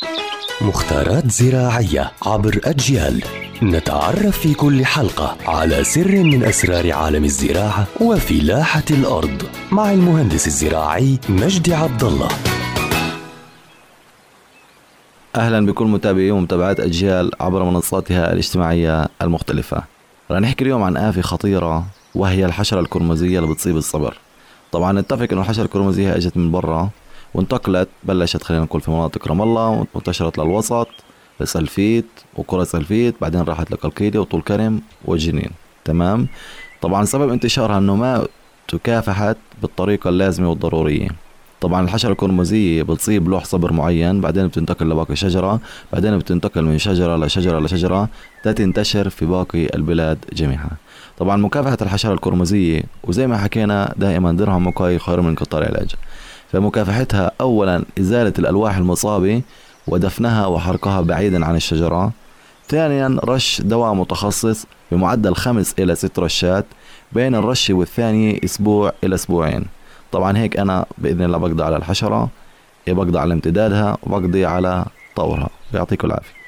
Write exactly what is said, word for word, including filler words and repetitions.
مختارات زراعية عبر أجيال، نتعرف في كل حلقة على سر من أسرار عالم الزراعة وفلاحة الأرض مع المهندس الزراعي مجدي عبد الله. أهلا بكل متابعي ومتابعات أجيال عبر منصاتها الاجتماعية المختلفة. رح نحكي اليوم عن آفة خطيرة وهي الحشرة الكرمزية اللي بتصيب الصبر. طبعا نتفق أنه الحشرة الكرمزية اجت من برا وانتقلت، بلشت خلينا نقول في مناطق رام الله وانتشرت للوسط لسلفيت وقرى سلفيت، بعدين راحت لقلقيلية وطول كرم والجنين. تمام. طبعا سبب انتشارها أنه ما تكافحت بالطريقة اللازمة والضرورية. طبعا الحشرة الكرمزية بتصيب لوح صبر معين، بعدين بتنتقل لباقي شجرة، بعدين بتنتقل من شجرة لشجرة لشجرة تنتشر في باقي البلاد جميعها. طبعا مكافحة الحشرة الكرمزية وزي ما حكينا دائما درهم وقاية خير من قطار علاج. فمكافحتها أولا إزالة الألواح المصابة ودفنها وحرقها بعيدا عن الشجرة. ثانيا رش دواء متخصص بمعدل خمس إلى ست رشات بين الرشة والثانية أسبوع إلى أسبوعين. طبعا هيك أنا بإذن الله بقضي على الحشرة، بقضي على امتدادها وبقضي على طورها. يعطيكم العافية.